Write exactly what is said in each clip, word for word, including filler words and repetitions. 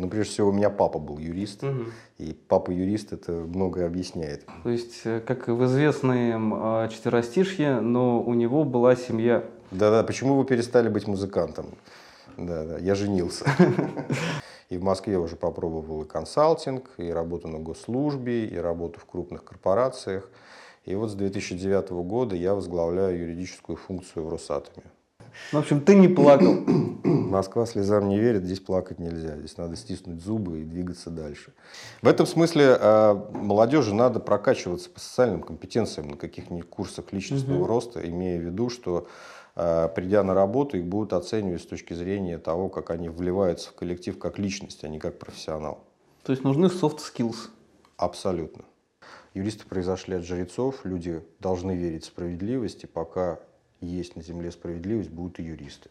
Ну, прежде всего, у меня папа был юрист, Угу. и папа-юрист это многое объясняет. То есть, как в известном четверостишье, но у него была семья. Да-да, почему вы перестали быть музыкантом? Да-да, я женился. И в Москве уже попробовал и консалтинг, и работу на госслужбе, и работу в крупных корпорациях. И вот с две тысячи девятого года я возглавляю юридическую функцию в Росатоме. В общем, ты не плакал. Москва слезам не верит, здесь плакать нельзя. Здесь надо стиснуть зубы и двигаться дальше. В этом смысле молодежи надо прокачиваться по социальным компетенциям на каких-нибудь курсах личностного Угу. роста, имея в виду, что придя на работу, их будут оценивать с точки зрения того, как они вливаются в коллектив как личность, а не как профессионал. То есть нужны soft skills. Абсолютно. Юристы произошли от жрецов, люди должны верить в справедливость, и пока есть на земле справедливость, будут и юристы.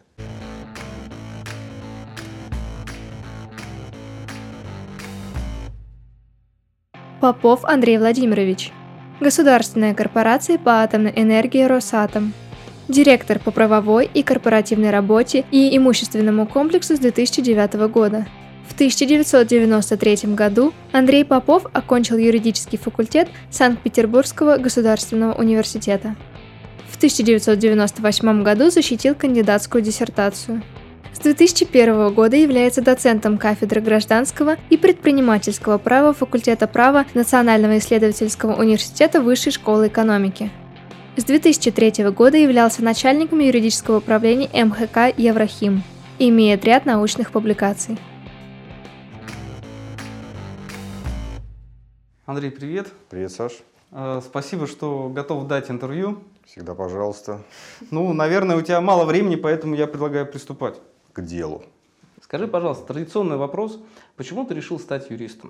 Попов Андрей Владимирович. Государственная корпорация по атомной энергии «Росатом». Директор по правовой и корпоративной работе и имущественному комплексу с две тысячи девятого года. В тысяча девятьсот девяносто третьем году Андрей Попов окончил юридический факультет Санкт-Петербургского государственного университета. В тысяча девятьсот девяносто восьмом году защитил кандидатскую диссертацию. С две тысячи первого года является доцентом кафедры гражданского и предпринимательского права факультета права Национального исследовательского университета Высшей школы экономики. С две тысячи третьего года являлся начальником юридического управления эм ха ка «Еврохим», имеет ряд научных публикаций. Андрей, привет. Привет, Саш. Спасибо, что готов дать интервью. Всегда пожалуйста. Ну, наверное, у тебя мало времени, поэтому я предлагаю приступать. К делу. Скажи, пожалуйста, традиционный вопрос. Почему ты решил стать юристом?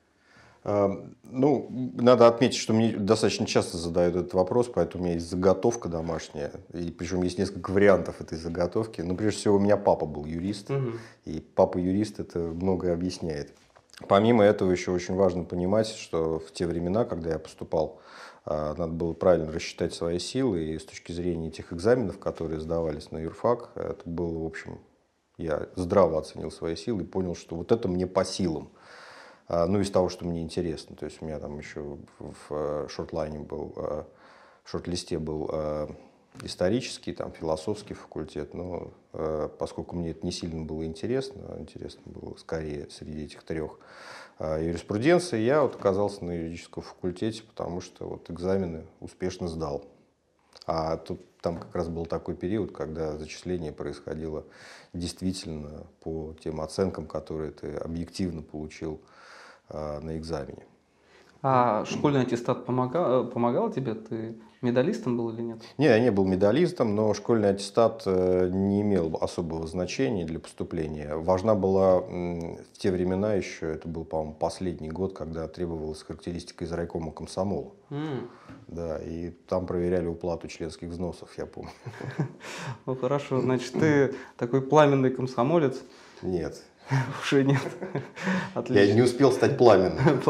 Ну, надо отметить, что мне достаточно часто задают этот вопрос, поэтому у меня есть заготовка домашняя, и причем есть несколько вариантов этой заготовки. Но прежде всего у меня папа был юрист, Угу. и папа-юрист это многое объясняет. Помимо этого еще очень важно понимать, что в те времена, когда я поступал, надо было правильно рассчитать свои силы, и с точки зрения тех экзаменов, которые сдавались на юрфак, это было, в общем, я здраво оценил свои силы и понял, что вот это мне по силам. Ну, из того, что мне интересно. То есть у меня там еще в шортлайне был, в шорт-листе был исторический, там, философский факультет, но поскольку мне это не сильно было интересно, интересно было скорее среди этих трех юриспруденции, я вот оказался на юридическом факультете, потому что вот экзамены успешно сдал. А тут там как раз был такой период, когда зачисление происходило действительно по тем оценкам, которые ты объективно получил на экзамене. А школьный аттестат помогал, помогал тебе? Ты медалистом был или нет? Не, я не был медалистом, но школьный аттестат не имел особого значения для поступления. Важна была в те времена еще, это был, по-моему, последний год, когда требовалась характеристика из райкома комсомола. Mm. Да, и там проверяли уплату членских взносов, я помню. Ну хорошо, значит, ты такой пламенный комсомолец. Нет. Уже нет. Отлично. Я не успел стать пламенным.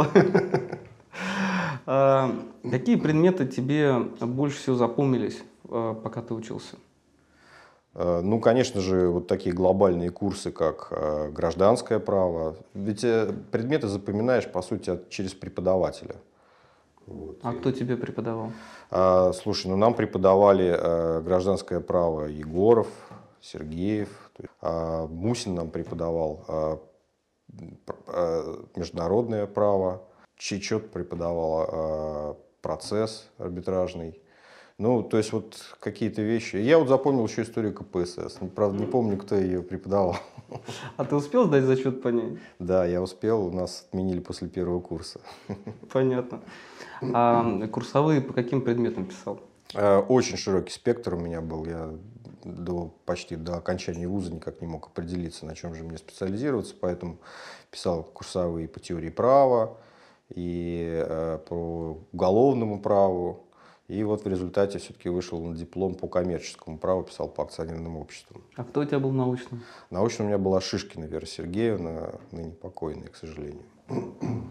Какие предметы тебе больше всего запомнились, пока ты учился? Ну, конечно же, вот такие глобальные курсы, как гражданское право. Ведь предметы запоминаешь, по сути, через преподавателя. Вот. А кто тебе преподавал? Слушай, ну нам преподавали гражданское право Егоров, Сергеев. Мусин нам преподавал международное право. Чечет преподавал процесс арбитражный. Ну, то есть вот какие-то вещи. Я вот запомнил еще историю ка пэ эс эс. Правда, не помню, кто ее преподавал. А ты успел сдать зачет по ней? Да, я успел. У нас отменили после первого курса. Понятно. А курсовые по каким предметам писал? Очень широкий спектр у меня был. Я до, почти до окончания вуза никак не мог определиться, на чем же мне специализироваться. Поэтому писал курсовые по теории права и э, по уголовному праву. И вот в результате все-таки вышел на диплом по коммерческому праву, писал по акционерным обществам. А кто у тебя был научным? Научным у меня была Шишкина Вера Сергеевна, ныне покойная, к сожалению.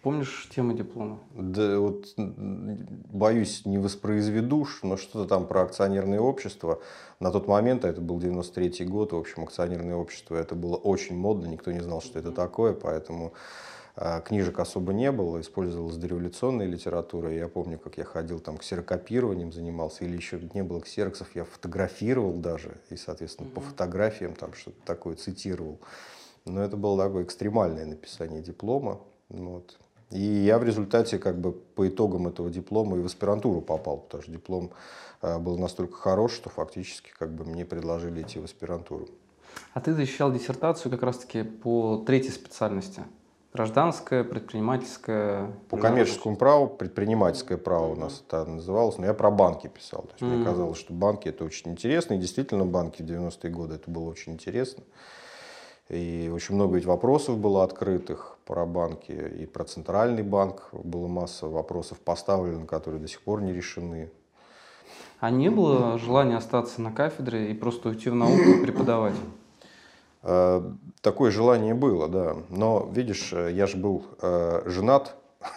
Помнишь тему диплома? Да вот боюсь, не воспроизведу, но что-то там про акционерное общество. На тот момент, а это был девяносто третий год, в общем, акционерное общество, это было очень модно, никто не знал, что это такое, поэтому э, книжек особо не было, использовалась дореволюционная литература. Я помню, как я ходил там ксерокопированием занимался, или еще не было ксероксов, я фотографировал даже, и, соответственно, mm-hmm. по фотографиям там что-то такое цитировал. Но это было такое экстремальное написание диплома. Вот. И я в результате как бы по итогам этого диплома и в аспирантуру попал, потому что диплом э, был настолько хорош, что фактически как бы мне предложили идти в аспирантуру. А ты защищал диссертацию как раз-таки по третьей специальности. Гражданское, предпринимательское. По коммерческому праву, предпринимательское право у нас это называлось, но я про банки писал. То есть mm-hmm. мне казалось, что банки это очень интересно, и действительно банки в девяностые годы это было очень интересно. И очень много ведь вопросов было открытых про банки, и про центральный банк было масса вопросов поставлено, которые до сих пор не решены. А не было желания остаться на кафедре и просто уйти в науку и преподавать? Такое желание было, да. Но, видишь, я же был женат,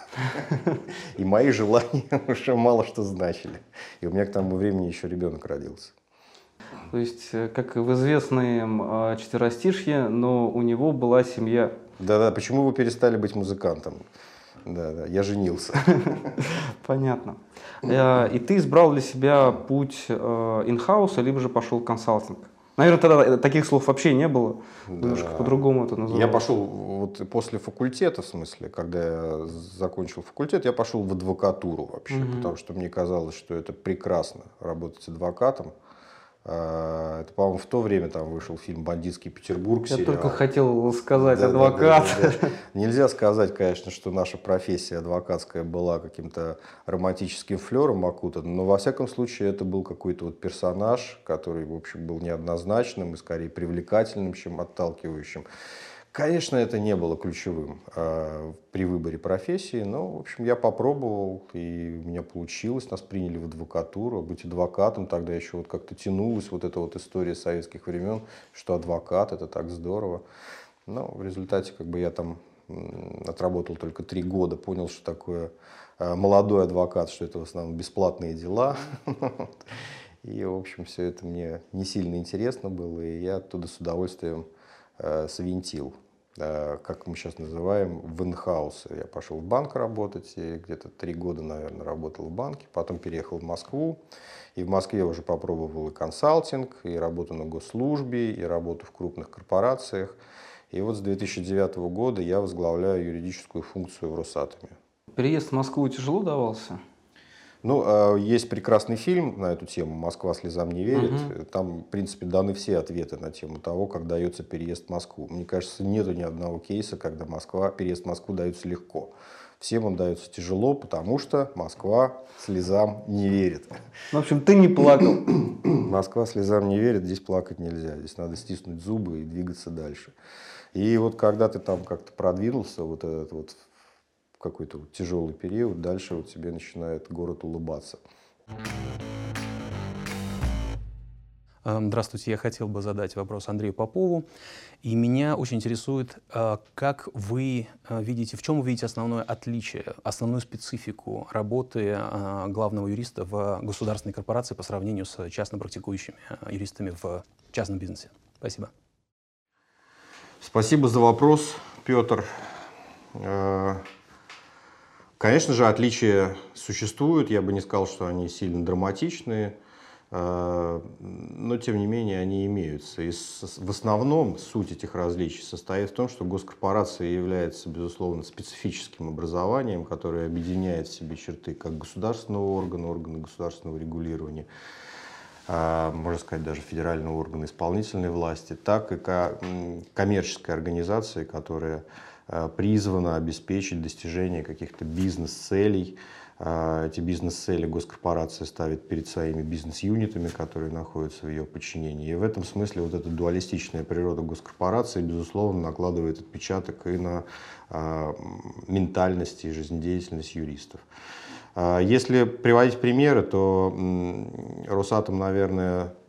и мои желания уже мало что значили. И у меня к тому времени еще ребенок родился. То есть, как в известном четверостишье, но у него была семья. Да-да, почему вы перестали быть музыкантом? Да-да, я женился. Понятно. И ты избрал для себя путь инхауса, либо же пошел в консалтинг. Наверное, тогда таких слов вообще не было. Да. Немножко по-другому это называлось. Я пошел вот после факультета, в смысле, когда я закончил факультет, я пошел в адвокатуру вообще, угу. потому что мне казалось, что это прекрасно работать адвокатом. Это, по-моему, в то время там вышел фильм «Бандитский Петербург». Я сериал. только хотел сказать да, адвокат. Да, да, да, да. Нельзя сказать, конечно, что наша профессия адвокатская была каким-то романтическим флером окутана, но во всяком случае это был какой-то вот персонаж, который, в общем, был неоднозначным и скорее привлекательным, чем отталкивающим. Конечно, это не было ключевым э, при выборе профессии, но, в общем, я попробовал, и у меня получилось, нас приняли в адвокатуру. Быть адвокатом тогда еще вот как-то тянулась вот эта вот история советских времен, что адвокат — это так здорово. Но в результате как бы я там отработал только три года, понял, что такое э, молодой адвокат, что это в основном бесплатные дела. И, в общем, все это мне не сильно интересно было, и я оттуда с удовольствием свинтил, как мы сейчас называем, в инхаус. Я пошел в банк работать, и где-то три года, наверное, работал в банке, потом переехал в Москву, и в Москве уже попробовал и консалтинг, и работу на госслужбе, и работу в крупных корпорациях. И вот с две тысячи девятого года я возглавляю юридическую функцию в Росатоме. Переезд в Москву тяжело давался? Ну, есть прекрасный фильм на эту тему «Москва слезам не верит». Uh-huh. Там, в принципе, даны все ответы на тему того, как дается переезд в Москву. Мне кажется, нету ни одного кейса, когда Москва, переезд в Москву дается легко. Всем он дается тяжело, потому что Москва слезам не верит. В общем, ты не плакал. Москва слезам не верит, здесь плакать нельзя. Здесь надо стиснуть зубы и двигаться дальше. И вот когда ты там как-то продвинулся, вот этот вот какой-то вот тяжелый период, дальше вот тебе начинает город улыбаться. Здравствуйте, я хотел бы задать вопрос Андрею Попову. И меня очень интересует, как вы видите, в чем вы видите основное отличие, основную специфику работы главного юриста в государственной корпорации по сравнению с частно практикующими юристами в частном бизнесе? Спасибо. Спасибо за вопрос, Петр. Конечно же, отличия существуют. Я бы не сказал, что они сильно драматичные, но, тем не менее, они имеются. И в основном суть этих различий состоит в том, что госкорпорация является, безусловно, специфическим образованием, которое объединяет в себе черты как государственного органа, органа государственного регулирования, можно сказать, даже федерального органа исполнительной власти, так и коммерческой организации, которая призвана обеспечить достижение каких-то бизнес-целей. Эти бизнес-цели госкорпорация ставит перед своими бизнес-юнитами, которые находятся в ее подчинении. И в этом смысле вот эта дуалистичная природа госкорпорации, безусловно, накладывает отпечаток и на ментальность и жизнедеятельность юристов. Если приводить примеры, то Росатом, наверное,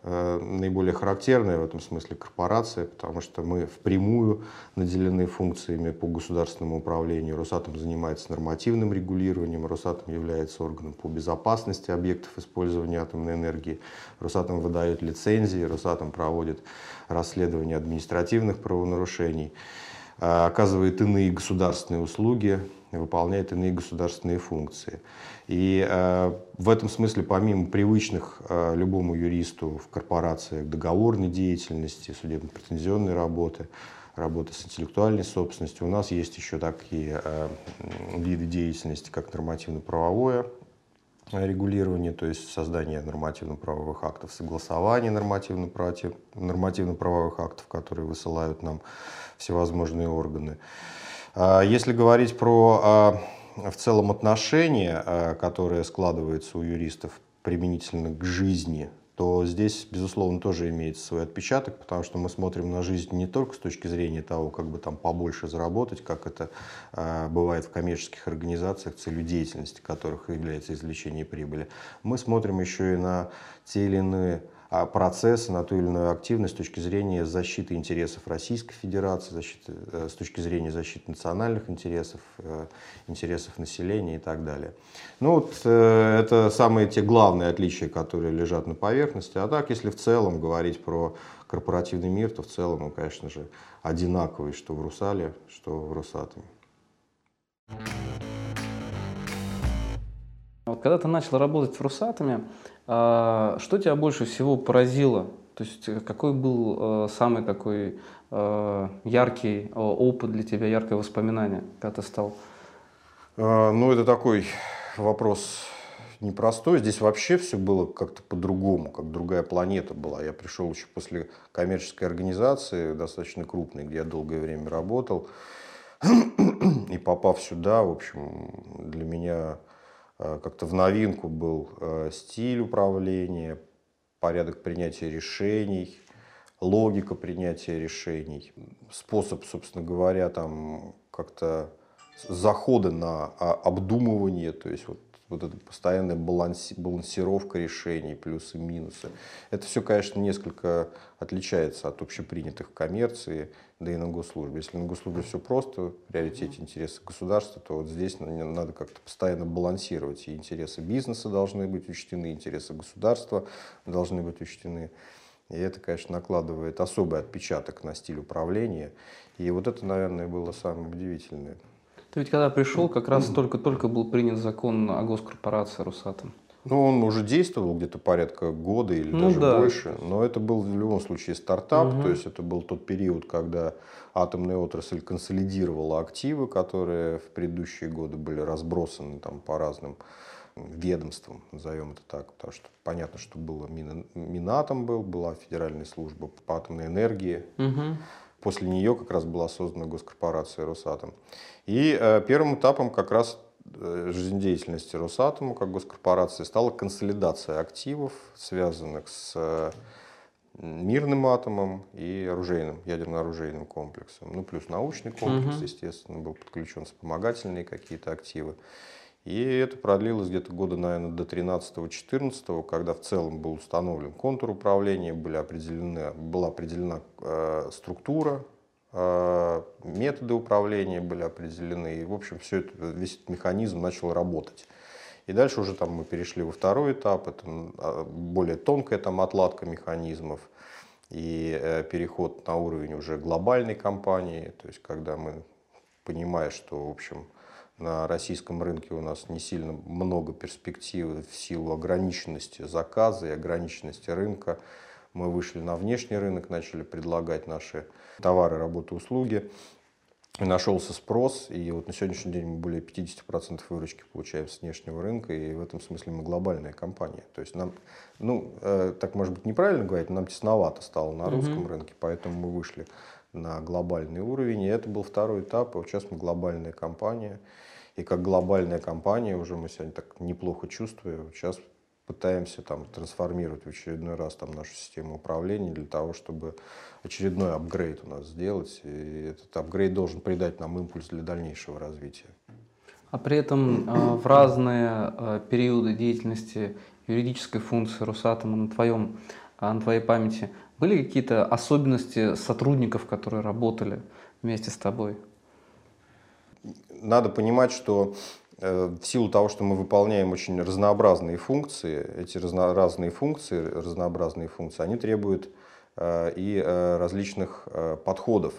наиболее характерная в этом смысле корпорация, потому что мы впрямую наделены функциями по государственному управлению. Росатом занимается нормативным регулированием, Росатом является органом по безопасности объектов использования атомной энергии, Росатом выдает лицензии, Росатом проводит расследование административных правонарушений, оказывает иные государственные услуги, выполняет иные государственные функции. И э, в этом смысле, помимо привычных э, любому юристу в корпорациях договорной деятельности, судебно-претензионной работы, работы с интеллектуальной собственностью, у нас есть еще такие э, виды деятельности, как нормативно-правовое регулирование, то есть создание нормативно-правовых актов, согласование нормативно-правовых нормативно-правовых актов, которые высылают нам всевозможные органы. Если говорить про в целом отношения, которые складываются у юристов применительно к жизни, то здесь, безусловно, тоже имеется свой отпечаток, потому что мы смотрим на жизнь не только с точки зрения того, как бы там побольше заработать, как это э, бывает в коммерческих организациях, целью деятельности которых является извлечение прибыли. Мы смотрим еще и на те или иные процессы, на ту или иную активность с точки зрения защиты интересов Российской Федерации, защиты, э, с точки зрения защиты национальных интересов, э, интересов населения и так далее. Ну вот э, это самые те главные отличия, которые лежат на поверхности. А так, если в целом говорить про корпоративный мир, то в целом он, конечно же, одинаковый, что в Русале, что в Росатоме. Вот когда ты начал работать в Росатоме, что тебя больше всего поразило? То есть какой был самый такой яркий опыт для тебя, яркое воспоминание, когда ты стал? Ну, это такой вопрос непростой. Здесь вообще все было как-то по-другому, как другая планета была. Я пришел еще после коммерческой организации, достаточно крупной, где я долгое время работал. И попав сюда, в общем, для меня как-то в новинку был стиль управления, порядок принятия решений, логика принятия решений, способ, собственно говоря, там как-то захода на обдумывание, то есть вот, вот эта постоянная баланси, балансировка решений, плюсы, минусы. Это все, конечно, несколько отличается от общепринятых в коммерции, да и на госслужбе. Если на госслужбе все просто, в приоритете интересы государства, то вот здесь надо как-то постоянно балансировать. И интересы бизнеса должны быть учтены, интересы государства должны быть учтены. И это, конечно, накладывает особый отпечаток на стиль управления. И вот это, наверное, было самое удивительное. Ты ведь когда пришел, как раз только-только был принят закон о госкорпорации Росатом. Ну, он уже действовал где-то порядка года или ну, даже да. больше, но это был в любом случае стартап, угу. то есть это был тот период, когда атомная отрасль консолидировала активы, которые в предыдущие годы были разбросаны там, по разным ведомствам, назовем это так, потому что понятно, что было Мин, Минатом был, была Федеральная служба по атомной энергии. Угу. После нее как раз была создана госкорпорация Росатом. И э, первым этапом как раз жизнедеятельности Росатома как госкорпорации стала консолидация активов, связанных с мирным атомом и оружейным, ядерно-оружейным комплексом. Ну, плюс научный комплекс, uh-huh. естественно, был подключен, вспомогательные какие-то активы. И это продлилось где-то года, наверное, до тринадцатого-четырнадцатого, когда в целом был установлен контур управления, были определены, была определена э, структура, методы управления были определены, и, в общем, все это, весь этот механизм начал работать. И дальше уже там мы перешли во второй этап, это более тонкая там отладка механизмов и э, переход на уровень уже глобальной компании, то есть когда мы, понимая, что, в общем, на российском рынке у нас не сильно много перспектив в силу ограниченности заказа и ограниченности рынка, мы вышли на внешний рынок, начали предлагать наши товары, работы, услуги. И нашелся спрос, и вот на сегодняшний день мы более пятьдесят процентов выручки получаем с внешнего рынка, и в этом смысле мы глобальная компания. То есть нам, ну, э, так может быть неправильно говорить, но нам тесновато стало на русском mm-hmm. рынке, поэтому мы вышли на глобальный уровень, и это был второй этап, и вот сейчас мы глобальная компания. И как глобальная компания уже мы сегодня так неплохо чувствуем, сейчас пытаемся там трансформировать в очередной раз там нашу систему управления для того, чтобы очередной апгрейд у нас сделать. И этот апгрейд должен придать нам импульс для дальнейшего развития. А при этом э, в разные э, периоды деятельности юридической функции Росатома на твоем а, на твоей памяти, были какие-то особенности сотрудников, которые работали вместе с тобой? Надо понимать, что э, в силу того, что мы выполняем очень разнообразные функции, эти разнообразные функции, разнообразные функции, они требуют э, и э, различных э, подходов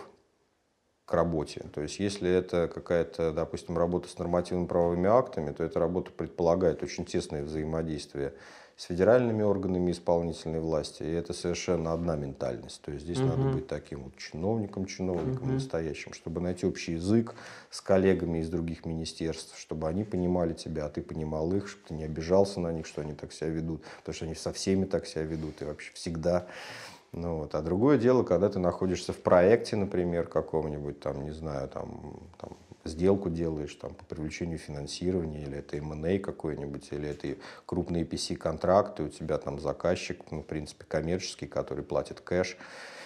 к работе. То есть, если это какая-то, допустим, работа с нормативно-правовыми актами, то эта работа предполагает очень тесное взаимодействие с федеральными органами исполнительной власти, и это совершенно одна ментальность. То есть здесь Мгм. надо быть таким вот чиновником, чиновником Мгм. настоящим, чтобы найти общий язык с коллегами из других министерств, чтобы они понимали тебя, а ты понимал их, чтобы ты не обижался на них, что они так себя ведут, потому что они со всеми так себя ведут и вообще всегда. Ну, вот. А другое дело, когда ты находишься в проекте, например, каком-нибудь, там, не знаю, там, там, сделку делаешь там, по привлечению финансирования, или это эм энд эй какой-нибудь, или это крупные пи си-контракты, у тебя там заказчик, ну, в принципе, коммерческий, который платит кэш,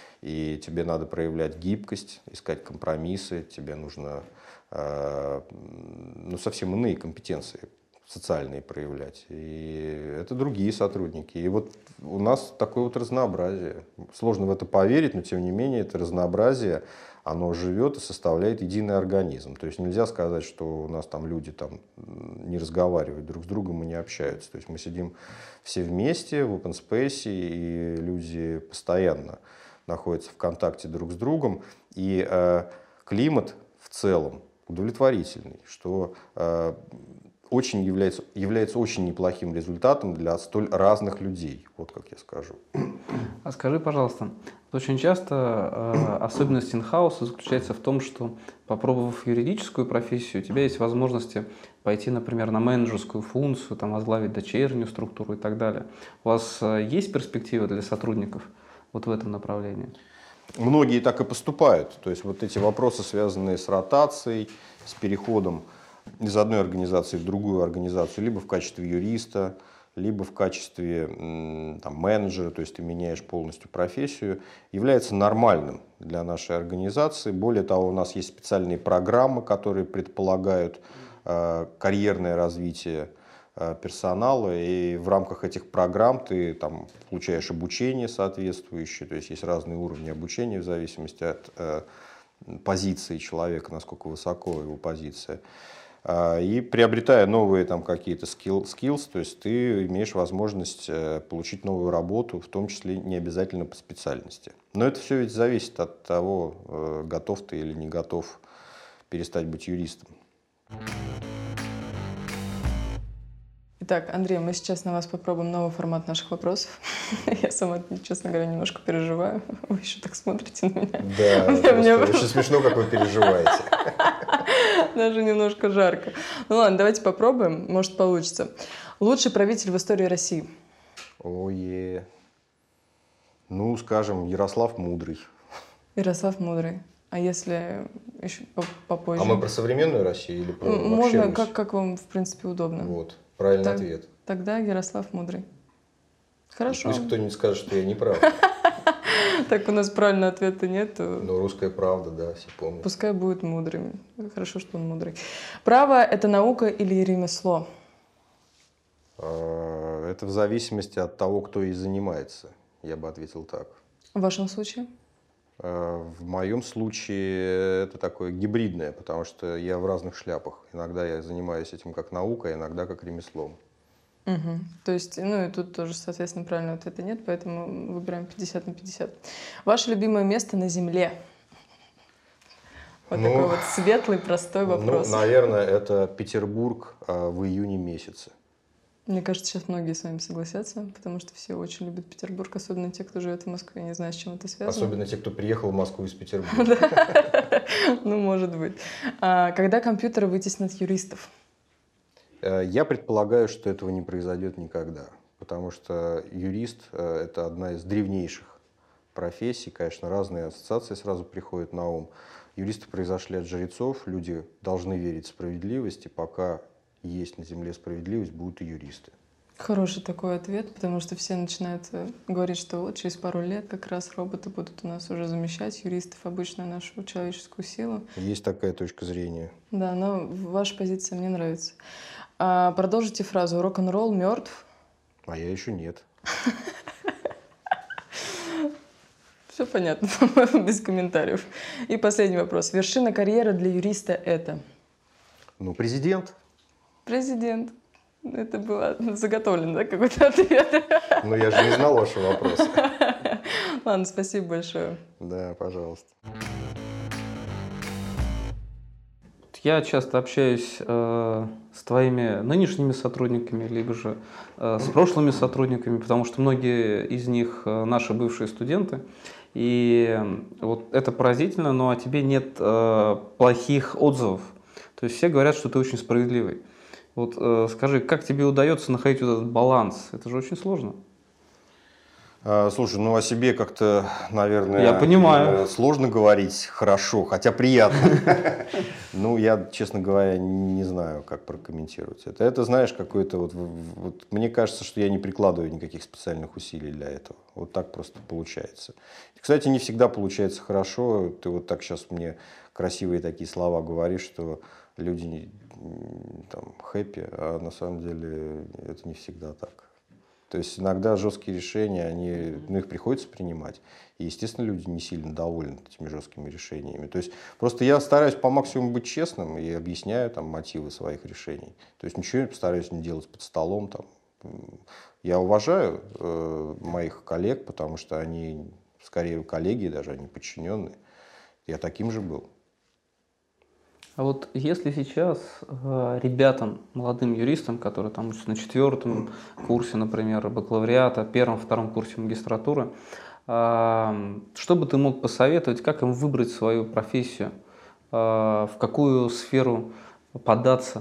и тебе надо проявлять гибкость, искать компромиссы, тебе нужно э, ну, совсем иные компетенции социальные проявлять. И это другие сотрудники. И вот у нас такое вот разнообразие. Сложно в это поверить, но тем не менее это разнообразие, оно живет и составляет единый организм. То есть нельзя сказать, что у нас там люди там не разговаривают друг с другом и не общаются. То есть мы сидим все вместе в open space, и люди постоянно находятся в контакте друг с другом. И э, климат в целом удовлетворительный, что э, очень является, является очень неплохим результатом для столь разных людей, вот как я скажу. А скажи, пожалуйста, очень часто э, особенность инхауса заключается в том, что, попробовав юридическую профессию, у тебя есть возможности пойти, например, на менеджерскую функцию, там, возглавить дочернюю структуру и так далее. У вас э, есть перспективы для сотрудников вот в этом направлении? Многие так и поступают. То есть вот эти вопросы, связанные с ротацией, с переходом из одной организации в другую организацию, либо в качестве юриста, либо в качестве там, менеджера, то есть ты меняешь полностью профессию, является нормальным для нашей организации. Более того, у нас есть специальные программы, которые предполагают э, карьерное развитие э, персонала, и в рамках этих программ ты там, получаешь обучение соответствующее, то есть есть разные уровни обучения в зависимости от э, позиции человека, насколько высоко его позиция. И приобретая новые там какие-то skill, skills, то есть ты имеешь возможность получить новую работу, в том числе не обязательно по специальности. Но это все ведь зависит от того, готов ты или не готов перестать быть юристом. Итак, Андрей, мы сейчас на вас попробуем новый формат наших вопросов. Я сама, честно говоря, немножко переживаю. Вы еще так смотрите на меня. Да, мне, очень смешно, как вы переживаете. Даже немножко жарко. Ну ладно, давайте попробуем, может получится. Лучший правитель в истории России? Ой, ну, скажем, Ярослав Мудрый. Ярослав Мудрый. А если еще попозже? А мы про современную Россию или про вообще Можно, Русь? как, как вам, в принципе, удобно. Вот, правильный Так, ответ. Тогда Ярослав Мудрый. Хорошо. Пусть кто-нибудь скажет, что я не прав. Так, у нас правильного ответа нет. Но русская правда, да, все помнят. Пускай будет мудрым. Хорошо, что он мудрый. Право – это наука или ремесло? Это в зависимости от того, кто и занимается. Я бы ответил так. В вашем случае? В моем случае это такое гибридное, потому что я в разных шляпах. Иногда я занимаюсь этим как наукой, иногда как ремеслом. Угу. То есть, ну и тут тоже, соответственно, правильного ответа нет, поэтому выбираем пятьдесят на пятьдесят. Ваше любимое место на Земле? Вот ну, такой вот светлый, простой вопрос. Ну, наверное, это Петербург а, в июне месяце. Мне кажется, сейчас многие с вами согласятся, потому что все очень любят Петербург, особенно те, кто живет в Москве, не знаю, с чем это связано. Особенно те, кто приехал в Москву из Петербурга. Ну, может быть. Когда компьютеры вытеснят юристов? Я предполагаю, что этого не произойдет никогда, потому что юрист – это одна из древнейших профессий. Конечно, разные ассоциации сразу приходят на ум. Юристы произошли от жрецов, люди должны верить в справедливость, и пока есть на земле справедливость, будут и юристы. Хороший такой ответ, потому что все начинают говорить, что вот через пару лет как раз роботы будут у нас уже замещать юристов, обычно нашу человеческую силу. Есть такая точка зрения. Да, но ваша позиция мне нравится. А, продолжите фразу. Рок-н-ролл мертв. А я еще нет. Все понятно, без комментариев. И последний вопрос. Вершина карьеры для юриста это? Ну, президент. Президент. Это было заготовлено, да, какой-то ответ? Ну, я же не знал вашего вопроса. Ладно, спасибо большое. Да, пожалуйста. Я часто общаюсь э, с твоими нынешними сотрудниками, либо же э, с прошлыми сотрудниками, потому что многие из них э, наши бывшие студенты. И э, вот это поразительно, но о тебе нет э, плохих отзывов. То есть все говорят, что ты очень справедливый. Вот э, скажи, как тебе удается находить вот этот баланс? Это же очень сложно. А, слушай, ну о себе как-то, наверное, Я понимаю. сложно говорить хорошо, хотя приятно. Ну, я, честно говоря, не знаю, как прокомментировать это. Это, знаешь, какой-то вот, вот... Мне кажется, что я не прикладываю никаких специальных усилий для этого. Вот так просто получается. Кстати, не всегда получается хорошо. Ты вот так сейчас мне красивые такие слова говоришь, что люди там хэппи, а на самом деле это не всегда так. То есть иногда жесткие решения, они, ну, их приходится принимать. И, естественно, люди не сильно довольны этими жесткими решениями. То есть просто я стараюсь по максимуму быть честным и объясняю там мотивы своих решений. То есть ничего стараюсь не делать под столом. Там. Я уважаю э, моих коллег, потому что они скорее коллеги, даже они подчиненные. Я таким же был. А вот если сейчас э, ребятам, молодым юристам, которые там учатся на четвертом курсе, например, бакалавриата, первом, втором курсе магистратуры, э, что бы ты мог посоветовать, как им выбрать свою профессию, э, в какую сферу податься?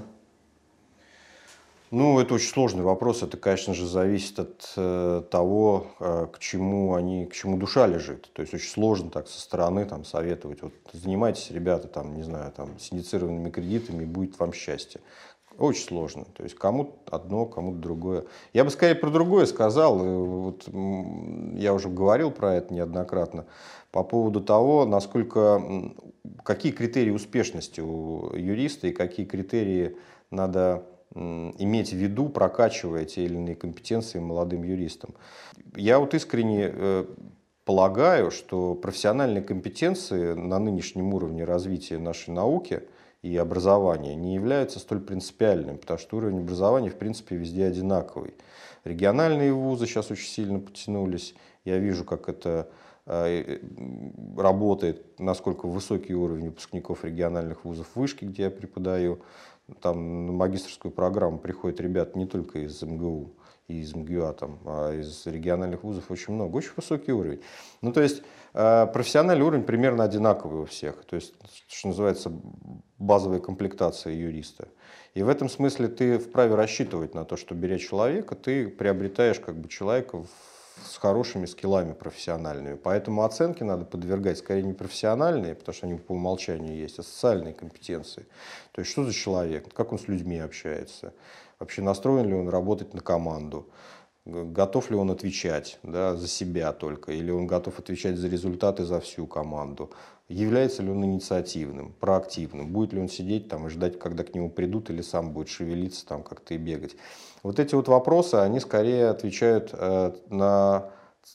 Ну, это очень сложный вопрос. Это, конечно же, зависит от э, того, э, к чему они, к чему душа лежит. То есть очень сложно так со стороны там советовать. Вот занимайтесь, ребята, там, не знаю, там, синдицированными кредитами, и будет вам счастье. Очень сложно. То есть кому-то одно, кому-то другое. Я бы скорее про другое сказал. Вот, я уже говорил про это неоднократно. По поводу того, насколько, какие критерии успешности у юриста и какие критерии надо иметь в виду, прокачивая те или иные компетенции молодым юристам. Я вот искренне э, полагаю, что профессиональные компетенции на нынешнем уровне развития нашей науки и образования не являются столь принципиальными, потому что уровень образования, в принципе, везде одинаковый. Региональные вузы сейчас очень сильно подтянулись. Я вижу, как это э, работает, насколько высокий уровень выпускников региональных вузов в Вышке, где я преподаю. Там на магистерскую программу приходят ребята не только из эм гэ у и из эм гэ ю а, там, а из региональных вузов очень много. Очень высокий уровень. Ну, то есть профессиональный уровень примерно одинаковый у всех. То есть, что называется, базовая комплектация юриста. И в этом смысле ты вправе рассчитывать на то, что, беря человека, ты приобретаешь как бы человека с хорошими скиллами профессиональными. Поэтому оценки надо подвергать скорее не профессиональные, потому что они по умолчанию есть, а социальные компетенции. То есть что за человек, как он с людьми общается, вообще настроен ли он работать на команду, готов ли он отвечать, да, за себя только, или он готов отвечать за результаты за всю команду, является ли он инициативным, проактивным, будет ли он сидеть там и ждать, когда к нему придут, или сам будет шевелиться там как-то и бегать. Вот эти вот вопросы, они скорее отвечают э, на,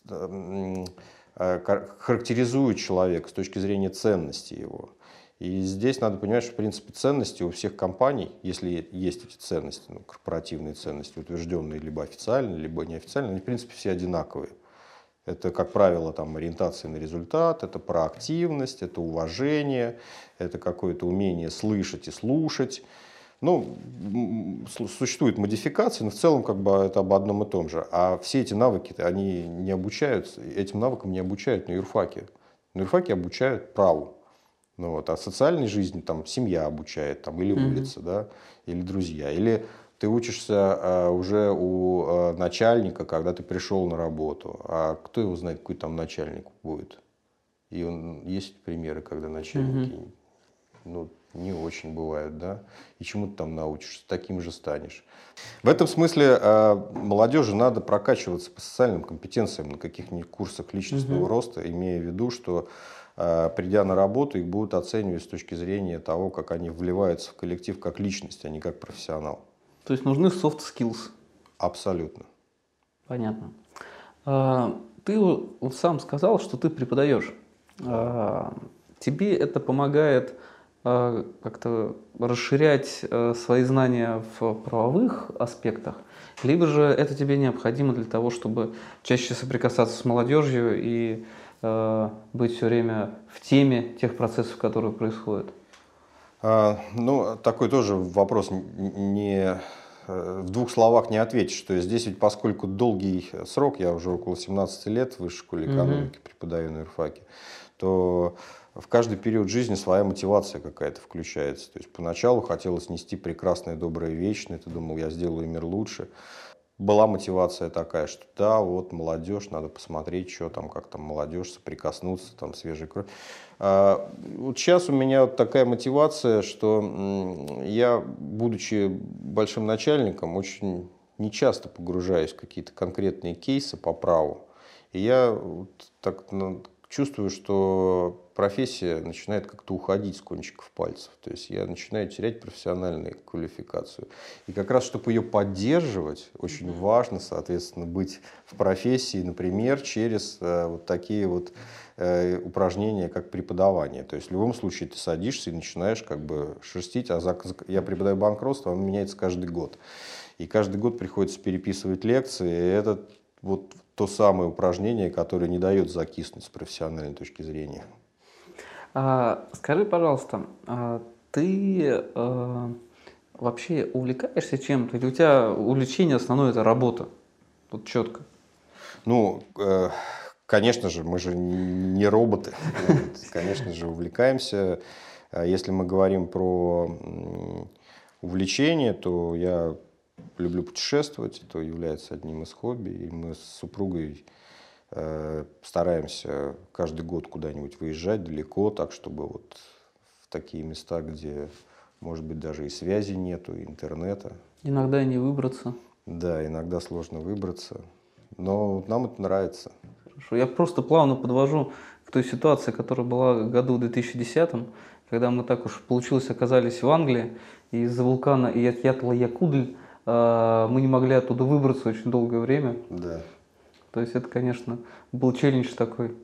э, характеризуют человека с точки зрения ценности его. И здесь надо понимать, что в принципе ценности у всех компаний, если есть эти ценности, ну, корпоративные ценности, утвержденные либо официально, либо неофициально, они в принципе все одинаковые. Это, как правило, там, ориентация на результат, это проактивность, это уважение, это какое-то умение слышать и слушать. Ну, существуют модификации, но в целом как бы это об одном и том же. А все эти навыки, они не обучаются, этим навыкам не обучают на юрфаке. На юрфаке обучают праву. Ну, вот, а социальной жизни там семья обучает, там, или улица, mm-hmm. да, или друзья. Или ты учишься а, уже у а, начальника, когда ты пришел на работу. А кто его знает, какой там начальник будет? И он, есть примеры, когда начальники mm-hmm. ну, не очень бывают, да? И чему ты там научишься, таким же станешь. В этом смысле а, молодежи надо прокачиваться по социальным компетенциям на каких-нибудь курсах личностного mm-hmm. роста, имея в виду, что придя на работу, их будут оценивать с точки зрения того, как они вливаются в коллектив как личность, а не как профессионал. То есть нужны soft skills? Абсолютно. Понятно. ты вот сам сказал, что ты преподаешь. А, тебе это помогает а, как-то расширять а, свои знания в правовых аспектах, либо же это тебе необходимо для того, чтобы чаще соприкасаться с молодежью и а, быть все время в теме тех процессов, которые происходят? А, ну, такой тоже вопрос не в двух словах не ответишь, что здесь ведь, поскольку долгий срок, я уже около семнадцати лет в Высшей школе экономики mm-hmm. преподаю на юрфаке, то в каждый период жизни своя мотивация какая-то включается. То есть поначалу хотелось нести прекрасное, доброе, вечное, ты думал, я сделаю мир лучше. Была мотивация такая, что да, вот молодежь, надо посмотреть, что там, как там молодежь, соприкоснуться, там свежая кровь. А, вот сейчас у меня вот такая мотивация, что я, будучи большим начальником, очень нечасто погружаюсь в какие-то конкретные кейсы по праву. И я вот так ну, чувствую, что профессия начинает как-то уходить с кончиков пальцев. То есть я начинаю терять профессиональную квалификацию. И как раз, чтобы ее поддерживать, очень mm-hmm. важно, соответственно, быть в профессии, например, через э, вот такие вот э, упражнения, как преподавание. То есть в любом случае ты садишься и начинаешь как бы шерстить. А за, я преподаю банкротство, оно меняется каждый год. И каждый год приходится переписывать лекции. И это вот то самое упражнение, которое не дает закиснуть с профессиональной точки зрения. А, скажи, пожалуйста, а ты а, вообще увлекаешься чем-то? Или у тебя увлечение основное – это работа? Вот четко. Ну, э, конечно же, мы же не роботы. Конечно же, увлекаемся. Если мы говорим про увлечение, то я люблю путешествовать, это является одним из хобби. И мы с супругой э, стараемся каждый год куда-нибудь выезжать далеко, так чтобы вот в такие места, где, может быть, даже и связи нету, и интернета. Иногда и не выбраться. Да, иногда сложно выбраться, но нам это нравится. Хорошо. Я просто плавно подвожу к той ситуации, которая была в году две тысячи десятом, когда мы так уж получилось оказались в Англии, и из-за вулкана Иятла-Якудль мы не могли оттуда выбраться очень долгое время. Да. То есть это, конечно, был челлендж такой.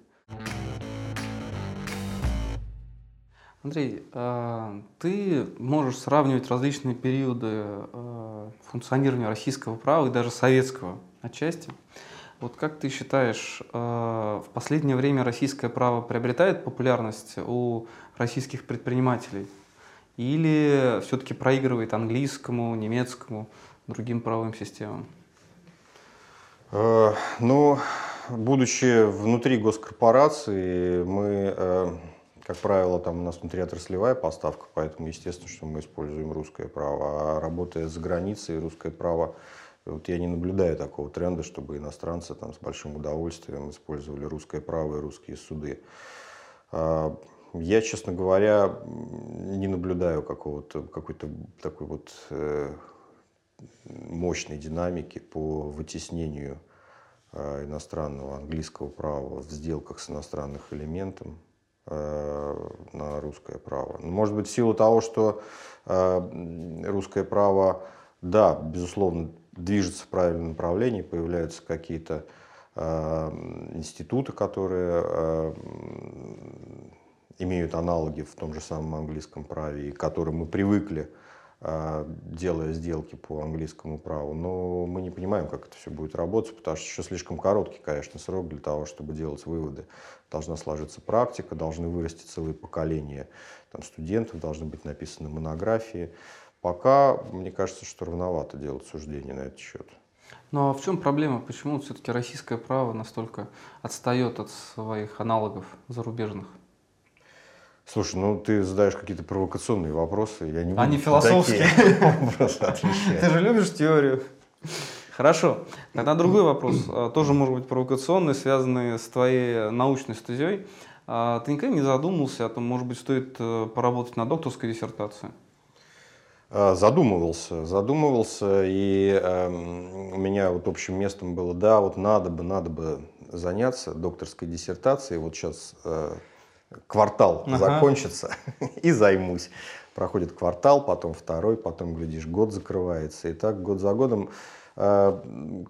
Андрей, ты можешь сравнивать различные периоды функционирования российского права и даже советского отчасти. Вот как ты считаешь, в последнее время российское право приобретает популярность у российских предпринимателей? Или все-таки проигрывает английскому, немецкому, другим правовым системам? Э, ну, будучи внутри госкорпорации, мы, э, как правило, там у нас внутриотраслевая поставка, поэтому естественно, что мы используем русское право. А работая за границей, русское право, вот я не наблюдаю такого тренда, чтобы иностранцы там с большим удовольствием использовали русское право и русские суды. Э, Я, честно говоря, не наблюдаю какого-то, какой-то такой вот э, мощной динамики по вытеснению э, иностранного английского права в сделках с иностранным элементом э, на русское право. Может быть, в силу того, что э, русское право, да, безусловно, движется в правильном направлении, появляются какие-то э, институты, которые э, имеют аналоги в том же самом английском праве, и к которым мы привыкли, делая сделки по английскому праву. Но мы не понимаем, как это все будет работать, потому что еще слишком короткий, конечно, срок для того, чтобы делать выводы. Должна сложиться практика, должны вырасти целые поколения там, студентов, должны быть написаны монографии. Пока, мне кажется, что рановато делать суждения на этот счет. Ну а в чем проблема? Почему все-таки российское право настолько отстает от своих аналогов зарубежных? Слушай, ну ты задаешь какие-то провокационные вопросы, я не буду Они философские. Вопросы отвечать. Ты же любишь теорию. Хорошо. Тогда другой вопрос, тоже может быть провокационный, связанный с твоей научной стезей. Ты никогда не задумывался о том, может быть, стоит поработать над докторской диссертацией? Задумывался, задумывался, и э, у меня вот общим местом было, да, вот надо бы, надо бы заняться докторской диссертацией, вот сейчас э, квартал ага. закончится и займусь. Проходит квартал, потом второй, потом, глядишь, год закрывается. И так год за годом.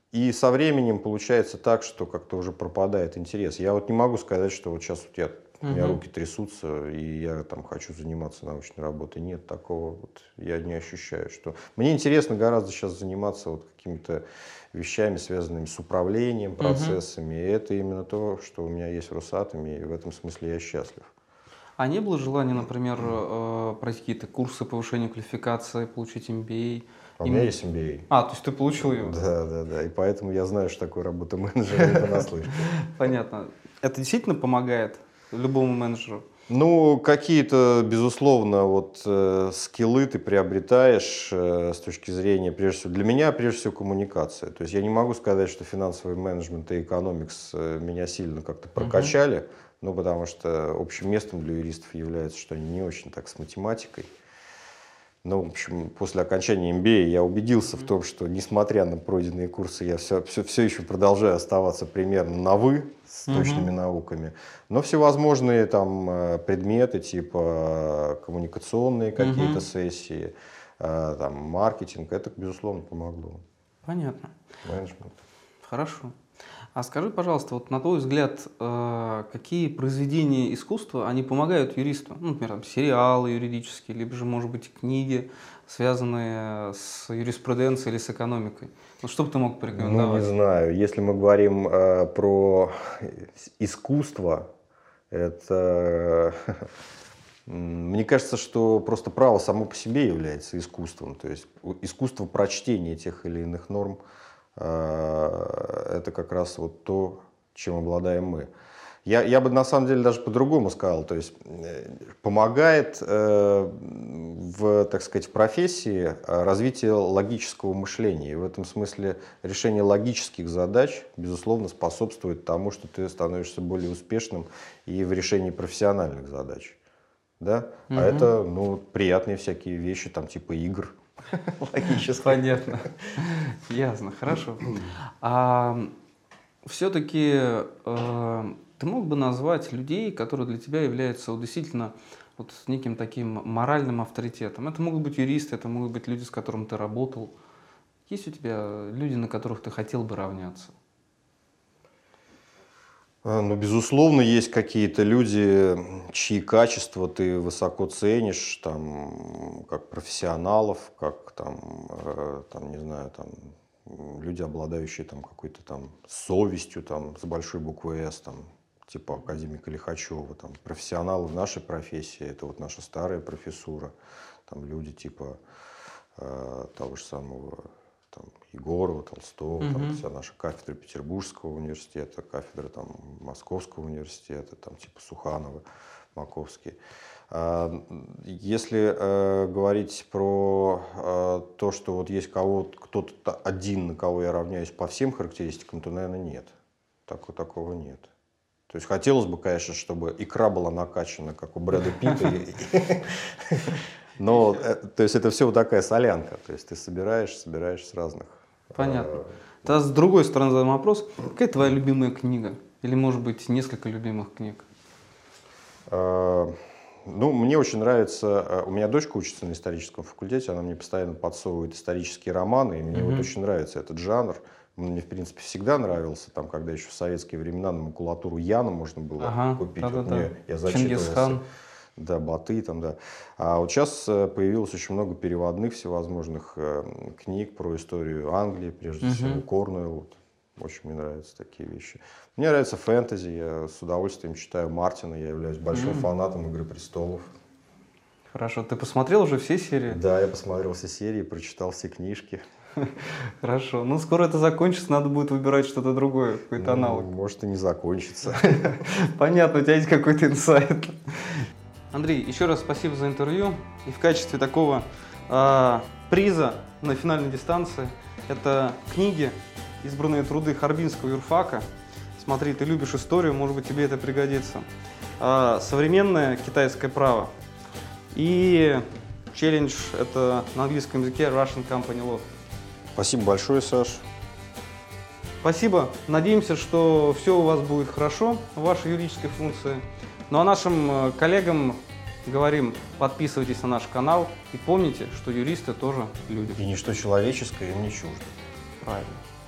И со временем получается так, что как-то уже пропадает интерес. Я вот не могу сказать, что вот сейчас вот я, у меня Мгм. руки трясутся, и я там хочу заниматься научной работой. Нет, такого вот я не ощущаю. Что... Мне интересно гораздо сейчас заниматься вот какими-то вещами, связанными с управлением процессами. И это именно то, что у меня есть в Росатоме, и в этом смысле я счастлив. А не было желания, например, э, пройти какие-то курсы повышения квалификации, получить эм би эй? А у меня есть эм би эй. А, то есть ты получил его? Да, да, да. И поэтому я знаю, что такое работа менеджера, это понаслышке. Понятно. Это действительно помогает любому менеджеру? Ну, какие-то, безусловно, вот э, скиллы ты приобретаешь э, с точки зрения, прежде всего, для меня, прежде всего, коммуникация. То есть я не могу сказать, что финансовый менеджмент и экономикс э, меня сильно как-то прокачали, ну, потому что общим местом для юристов является, что они не очень так с математикой. Ну, в общем, после окончания эм би эй я убедился в том, что, несмотря на пройденные курсы, я все, все, все еще продолжаю оставаться примерно на «вы» с точными науками. Но всевозможные там э, предметы, типа э, коммуникационные какие-то Мгм. сессии, э, там, маркетинг, это, безусловно, помогло. Понятно. Менеджмент. Хорошо. А скажи, пожалуйста, вот на твой взгляд, э, какие произведения искусства, они помогают юристу? Ну, например, там, сериалы юридические, либо же, может быть, книги, связанные с юриспруденцией или с экономикой. Вот что бы ты мог Ну, не порекомендовать? знаю. Если мы говорим э, про искусство, это... м, Мне кажется, что просто право само по себе является искусством. То есть у- искусство прочтения тех или иных норм э, это как раз вот то, чем обладаем мы. Я, я бы на самом деле даже по-другому сказал. То есть э, помогает э, в, так сказать, в профессии э, развитие логического мышления. И в этом смысле решение логических задач, безусловно, способствует тому, что ты становишься более успешным и в решении профессиональных задач. Да? Мгм. А это, ну, приятные всякие вещи, там, типа игр. Логических. Понятно. Ясно, хорошо. А все-таки ты мог бы назвать людей, которые для тебя являются вот действительно вот неким таким моральным авторитетом? Это могут быть юристы, это могут быть люди, с которыми ты работал. Есть у тебя люди, на которых ты хотел бы равняться? А, Ну, безусловно, есть какие-то люди, чьи качества ты высоко ценишь, там, как профессионалов, как там, э, там, не знаю, там, м, люди, обладающие там какой-то там совестью, там, с большой буквы «С», там, типа академика Лихачева, там, профессионалы в нашей профессии, это вот наша старая профессура, там, люди типа э, того же самого там, Егорова, Толстого, там, Мгм. вся наша кафедра Петербургского университета, кафедра там, Московского университета, там, типа Суханова, Маковский. А, Если э, говорить про э, то, что вот есть кого кто-то один, на кого я равняюсь по всем характеристикам, то, наверное, нет. Такого, такого нет. То есть хотелось бы, конечно, чтобы икра была накачана, как у Брэда Питта. и- Но, э, то есть это все вот такая солянка. То есть ты собираешь, собираешь с разных. Понятно. э, Тогда с другой стороны задам вопрос. Какая твоя любимая книга? Или, может быть, несколько любимых книг? э, Ну, мне очень нравится, э, у меня дочка учится на историческом факультете, она мне постоянно подсовывает исторические романы, и мне Мгм. вот очень нравится этот жанр. Он мне, в принципе, всегда нравился, там, когда еще в советские времена на макулатуру Яна можно было Ага, купить. Вот да-да-да. мне- я зачитывался. Чингисхан. Да, Баты там, да. А вот сейчас э, появилось очень много переводных всевозможных э, книг про историю Англии, прежде Мгм. всего, Корнуэлл. Вот. Очень мне нравятся такие вещи. Мне нравится фэнтези, я с удовольствием читаю Мартина, я являюсь большим М. фанатом «Игры престолов». Хорошо. Ты посмотрел уже все серии? Да, я посмотрел все серии, прочитал все книжки. Хорошо. Ну, скоро это закончится, надо будет выбирать что-то другое, какой-то Ну, аналог. может и не закончится. Понятно, у тебя есть какой-то инсайт. Андрей, еще раз спасибо за интервью. И в качестве такого а, приза на финальной дистанции это книги, избранные труды Харбинского юрфака. Смотри, ты любишь историю, может быть, тебе это пригодится. А, современное китайское право. И челлендж это на английском языке Russian Company Law. Спасибо большое, Саш. Спасибо. Надеемся, что все у вас будет хорошо в вашей юридической функции. Ну а нашим э, коллегам говорим, подписывайтесь на наш канал и помните, что юристы тоже люди. И ничто человеческое им не чуждо. Правильно.